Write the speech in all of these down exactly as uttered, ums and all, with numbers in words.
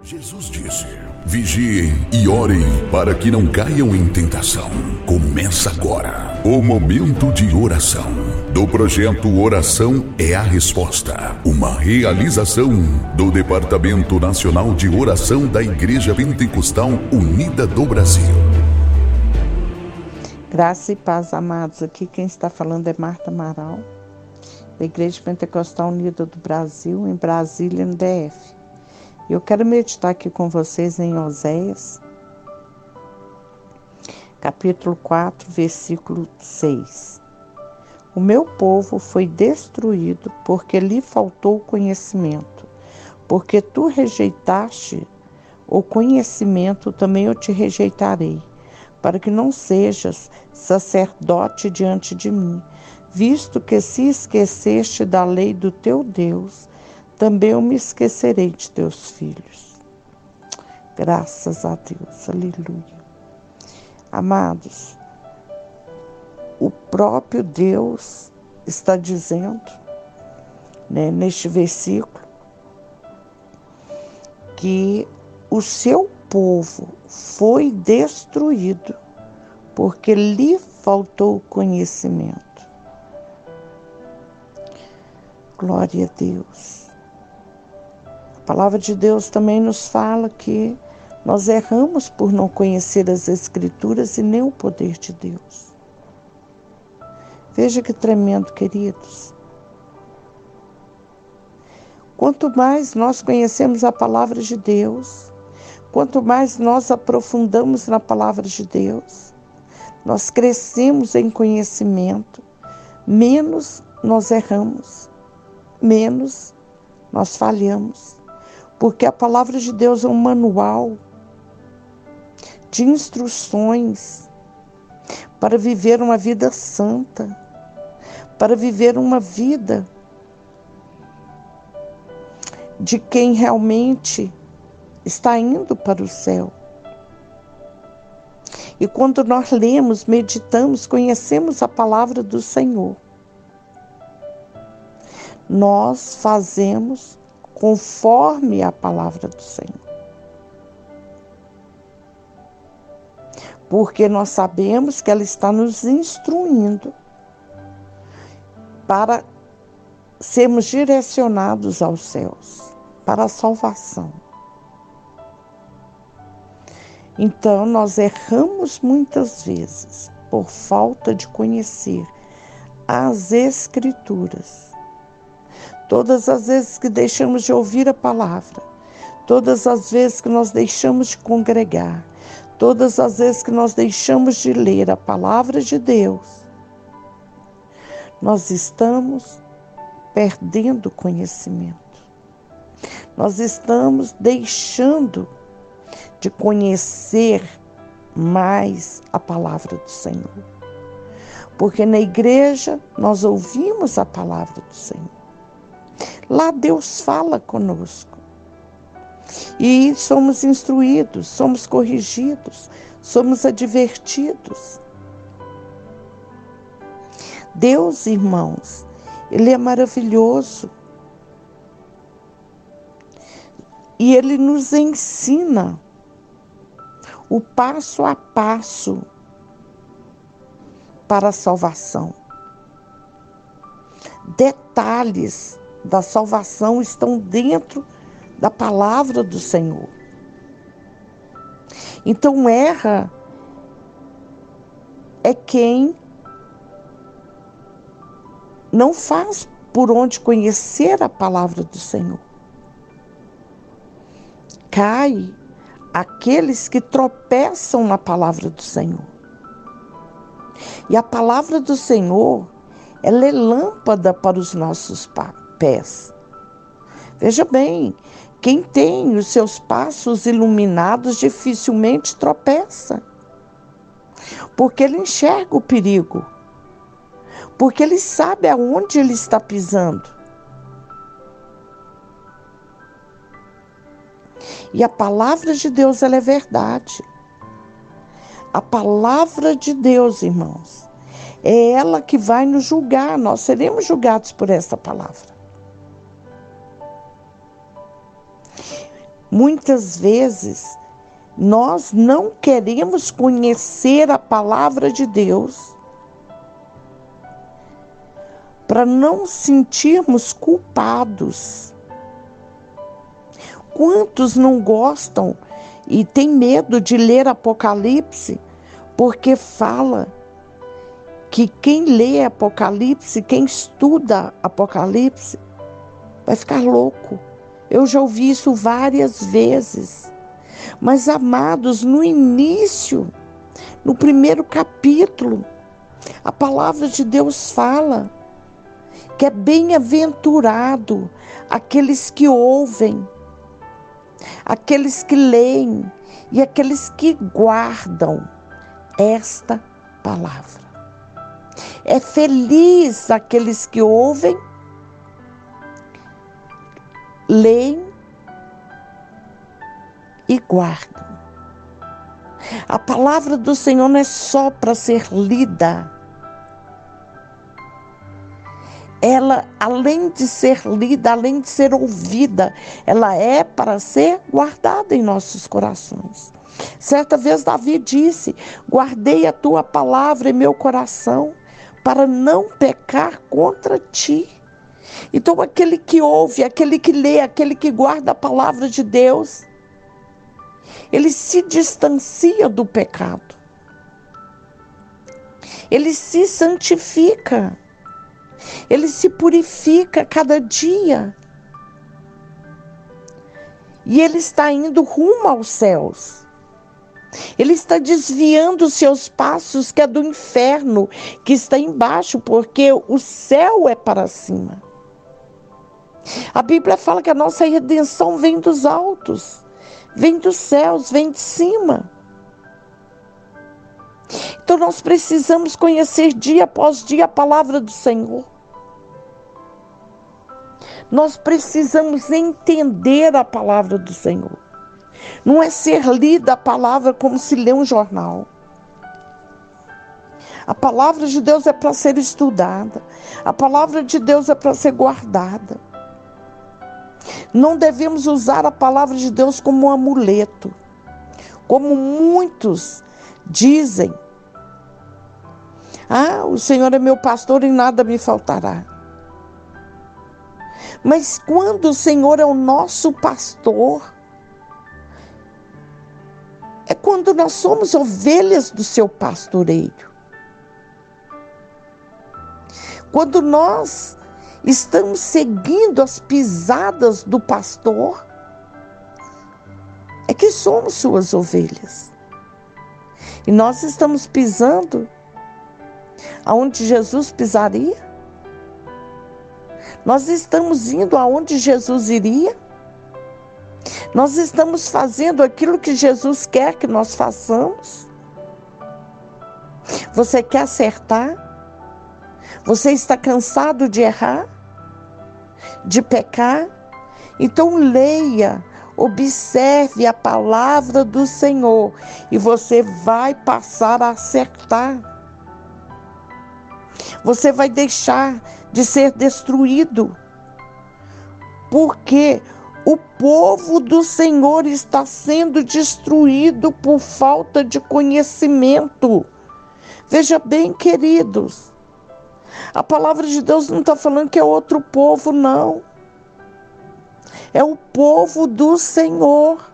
Jesus disse: vigiem e orem para que não caiam em tentação. Começa agora o momento de oração do projeto Oração é a Resposta, uma realização do Departamento Nacional de Oração da Igreja Pentecostal Unida do Brasil. Graça e paz, amados. Aqui quem está falando é Marta Amaral, da Igreja Pentecostal Unida do Brasil, em Brasília, no D F. Eu quero meditar aqui com vocês em Oséias, capítulo quatro, versículo seis. O meu povo foi destruído porque lhe faltou conhecimento. Porque tu rejeitaste o conhecimento, também eu te rejeitarei, para que não sejas sacerdote diante de mim, visto que se esqueceste da lei do teu Deus, também eu me esquecerei de teus filhos. Graças a Deus, aleluia. Amados, o próprio Deus está dizendo, né, neste versículo, que o seu povo foi destruído porque lhe faltou conhecimento. Glória a Deus. A palavra de Deus também nos fala que nós erramos por não conhecer as Escrituras e nem o poder de Deus. Veja que tremendo, queridos. Quanto mais nós conhecemos a palavra de Deus, quanto mais nós aprofundamos na palavra de Deus, nós crescemos em conhecimento, menos nós erramos, menos nós falhamos. Porque a palavra de Deus é um manual de instruções para viver uma vida santa, para viver uma vida de quem realmente está indo para o céu. E quando nós lemos, meditamos, conhecemos a palavra do Senhor, nós fazemos conforme a palavra do Senhor. Porque nós sabemos que ela está nos instruindo para sermos direcionados aos céus, para a salvação. Então, nós erramos muitas vezes por falta de conhecer as Escrituras. Todas as vezes que deixamos de ouvir a palavra, todas as vezes que nós deixamos de congregar, todas as vezes que nós deixamos de ler a palavra de Deus, nós estamos perdendo conhecimento. Nós estamos deixando de conhecer mais a palavra do Senhor. Porque na igreja nós ouvimos a palavra do Senhor. Lá Deus fala conosco. E somos instruídos, somos corrigidos, somos advertidos. Deus, irmãos, Ele é maravilhoso. E Ele nos ensina o passo a passo para a salvação. Detalhes da salvação estão dentro da palavra do Senhor. Então erra é quem não faz por onde conhecer a palavra do Senhor. Cai aqueles que tropeçam na palavra do Senhor. E a palavra do Senhor, ela é lâmpada para os nossos pés. Veja bem, quem tem os seus passos iluminados dificilmente tropeça. Porque ele enxerga o perigo. Porque ele sabe aonde ele está pisando. E a palavra de Deus, ela é verdade. A palavra de Deus, irmãos, é ela que vai nos julgar. Nós seremos julgados por essa palavra. Muitas vezes, nós não queremos conhecer a palavra de Deus para não sentirmos culpados. Quantos não gostam e têm medo de ler Apocalipse, porque fala que quem lê Apocalipse, quem estuda Apocalipse, vai ficar louco. Eu já ouvi isso várias vezes. Mas, amados, no início, no primeiro capítulo, a palavra de Deus fala que é bem-aventurado aqueles que ouvem, aqueles que leem e aqueles que guardam esta palavra. É feliz aqueles que ouvem, leem e guardam. A palavra do Senhor não é só para ser lida. Ela, além de ser lida, além de ser ouvida, ela é para ser guardada em nossos corações. Certa vez Davi disse: guardei a tua palavra em meu coração para não pecar contra ti. Então aquele que ouve, aquele que lê, aquele que guarda a palavra de Deus, ele se distancia do pecado. Ele se santifica. Ele se purifica cada dia. E ele está indo rumo aos céus. Ele está desviando os seus passos, que é do inferno, que está embaixo, porque o céu é para cima. A Bíblia fala que a nossa redenção vem dos altos, vem dos céus, vem de cima. Então nós precisamos conhecer dia após dia a palavra do Senhor. Nós precisamos entender a palavra do Senhor. Não é ser lida a palavra como se lê um jornal. A palavra de Deus é para ser estudada. A palavra de Deus é para ser guardada. Não devemos usar a palavra de Deus como um amuleto, como muitos dizem. Ah, o Senhor é meu pastor e nada me faltará. Mas quando o Senhor é o nosso pastor, é quando nós somos ovelhas do seu pastoreio. Quando nós estamos seguindo as pisadas do pastor, é que somos suas ovelhas. E nós estamos pisando aonde Jesus pisaria? Nós estamos indo aonde Jesus iria? Nós estamos fazendo aquilo que Jesus quer que nós façamos? Você quer acertar? Você está cansado de errar? De pecar? Então leia, observe a palavra do Senhor e você vai passar a acertar. Você vai deixar de ser destruído, porque o povo do Senhor está sendo destruído por falta de conhecimento. Veja bem, queridos, a palavra de Deus não está falando que é outro povo, não. É o povo do Senhor.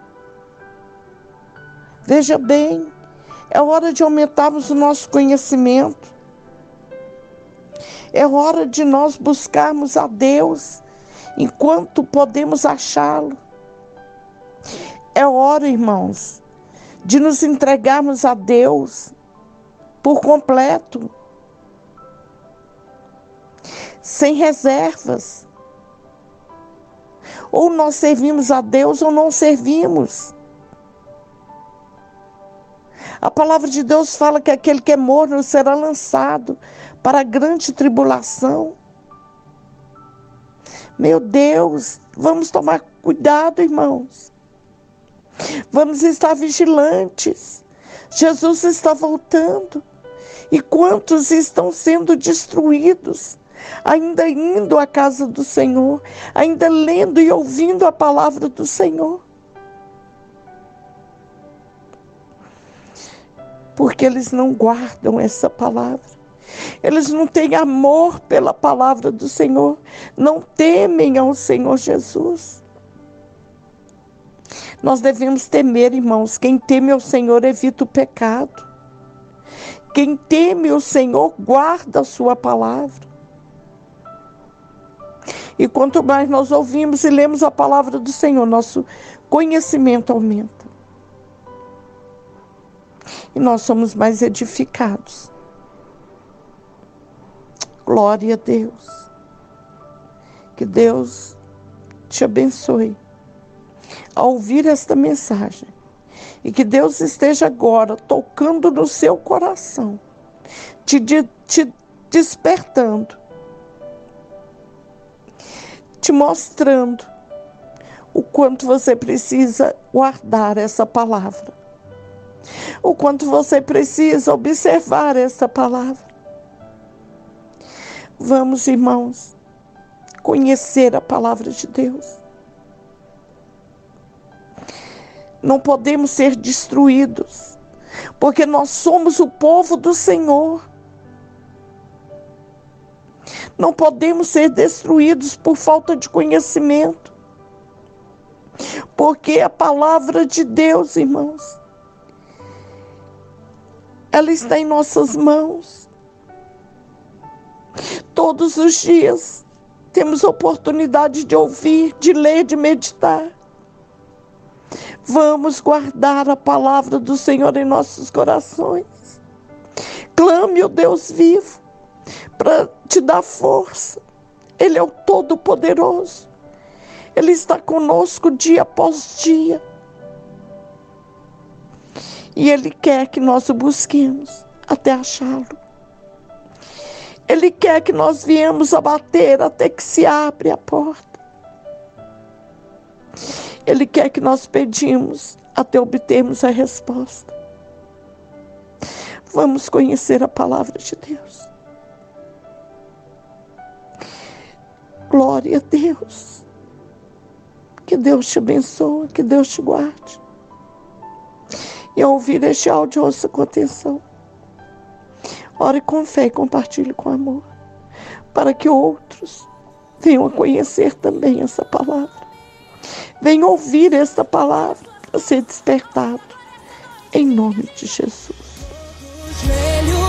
Veja bem, é hora de aumentarmos o nosso conhecimento. É hora de nós buscarmos a Deus enquanto podemos achá-lo. É hora, irmãos, de nos entregarmos a Deus por completo, sem reservas. Ou nós servimos a Deus ou não servimos. A palavra de Deus fala que aquele que é morno será lançado para a grande tribulação. Meu Deus, vamos tomar cuidado, irmãos. Vamos estar vigilantes. Jesus está voltando. E quantos estão sendo destruídos, ainda indo à casa do Senhor, ainda lendo e ouvindo a palavra do Senhor. porque eles não guardam essa palavra. Eles não têm amor pela palavra do Senhor, não temem ao Senhor Jesus. Nós devemos temer, irmãos. Quem teme ao Senhor evita o pecado. Quem teme o Senhor guarda a sua palavra. E quanto mais nós ouvimos e lemos a palavra do Senhor, nosso conhecimento aumenta. E nós somos mais edificados. Glória a Deus. Que Deus te abençoe ao ouvir esta mensagem. E que Deus esteja agora tocando no seu coração, te, te despertando, te mostrando o quanto você precisa guardar essa palavra, o quanto você precisa observar essa palavra. Vamos, irmãos, conhecer a palavra de Deus. Não podemos ser destruídos, porque nós somos o povo do Senhor. Não podemos ser destruídos por falta de conhecimento, porque a palavra de Deus, irmãos, ela está em nossas mãos. Todos os dias temos oportunidade de ouvir, de ler, de meditar. Vamos guardar a palavra do Senhor em nossos corações. Clame o Deus vivo para te dar força. Ele é o Todo-Poderoso. Ele está conosco dia após dia. E Ele quer que nós o busquemos até achá-lo. Ele quer que nós viemos a bater até que se abre a porta. Ele quer que nós pedimos até obtermos a resposta. Vamos conhecer a palavra de Deus. Glória a Deus. Que Deus te abençoe, que Deus te guarde. E ao ouvir este áudio, ouça com atenção. Ore com fé e compartilhe com amor, para que outros venham a conhecer também essa palavra. Venham ouvir esta palavra para ser despertado. Em nome de Jesus.